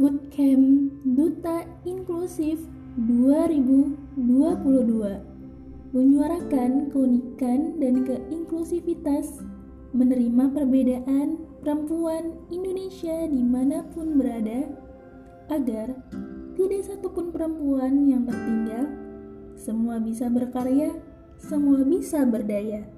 Bootcamp Duta Inklusif 2022 menyuarakan keunikan dan keinklusivitas, menerima perbedaan perempuan Indonesia dimanapun berada, agar tidak satupun perempuan yang tertinggal. Semua bisa berkarya, semua bisa berdaya.